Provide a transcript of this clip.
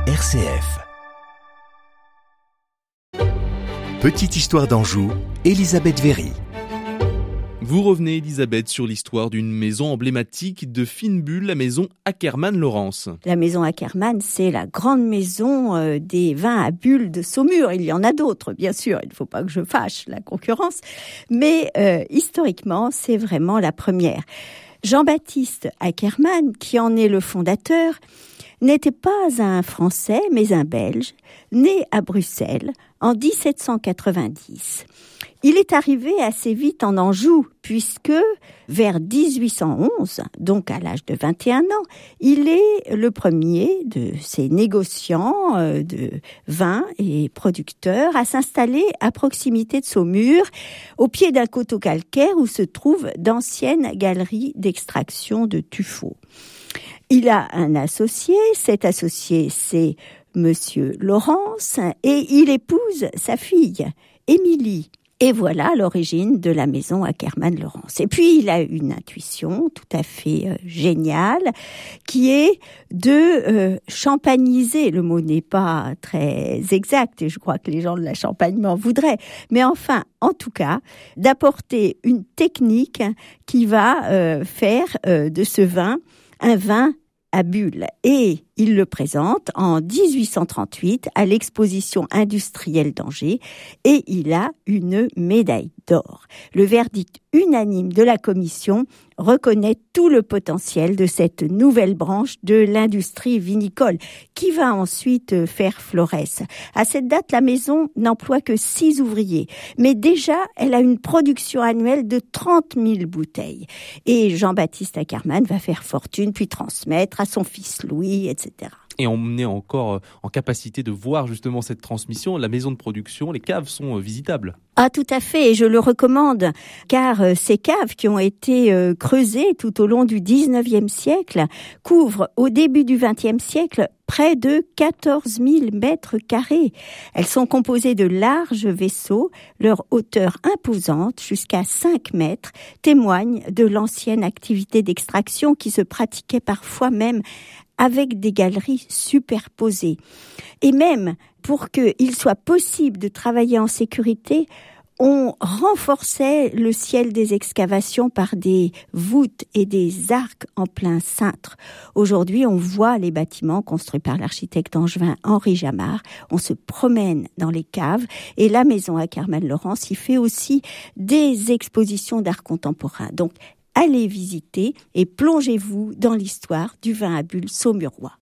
RCF. Petite histoire d'Anjou, Elisabeth Véry. Vous revenez, Elisabeth, sur l'histoire d'une maison emblématique de Finebulle, la maison Akerman-Laurence. La maison Akerman, c'est la grande maison des vins à bulles de Saumur. Il y en a d'autres, bien sûr. Il ne faut pas que je fâche la concurrence. Mais historiquement, c'est vraiment la première. Jean-Baptiste Akerman, qui en est le fondateur, n'était pas un Français, mais un Belge, né à Bruxelles en 1790. Il est arrivé assez vite en Anjou, puisque vers 1811, donc à l'âge de 21 ans, il est le premier de ces négociants de vin et producteurs à s'installer à proximité de Saumur, au pied d'un coteau calcaire où se trouvent d'anciennes galeries d'extraction de tuffeau. Il a un associé, cet associé c'est Monsieur Laurence, et il épouse sa fille, Émilie. Et voilà l'origine de la maison Akerman-Laurence. Et puis, il a une intuition tout à fait géniale, qui est de champagniser. Le mot n'est pas très exact, et je crois que les gens de la Champagne m'en voudraient. Mais enfin, en tout cas, d'apporter une technique qui va faire de ce vin un vin à bulles. Et il le présente en 1838 à l'exposition industrielle d'Angers et il a une médaille d'or. Le verdict unanime de la commission reconnaît tout le potentiel de cette nouvelle branche de l'industrie vinicole qui va ensuite faire florès. À cette date, la maison n'emploie que 6 ouvriers, mais déjà, elle a une production annuelle de 30 000 bouteilles. Et Jean-Baptiste Akerman va faire fortune, puis transmettre à son fils Louis, etc. Et on est encore en capacité de voir justement cette transmission. La maison de production, les caves sont visitables. Ah, tout à fait, et je le recommande, car ces caves qui ont été creusées tout au long du 19e siècle couvrent au début du 20e siècle près de 14 000 mètres carrés. Elles sont composées de larges vaisseaux, leur hauteur imposante, jusqu'à 5 mètres, témoigne de l'ancienne activité d'extraction qui se pratiquait parfois même avec des galeries superposées. Et même pour qu'il soit possible de travailler en sécurité, on renforçait le ciel des excavations par des voûtes et des arcs en plein cintre. Aujourd'hui, on voit les bâtiments construits par l'architecte angevin Henri Jamard. On se promène dans les caves et la maison Akerman-Laurence y fait aussi des expositions d'art contemporain. Donc, allez visiter et plongez-vous dans l'histoire du vin à bulles saumurois.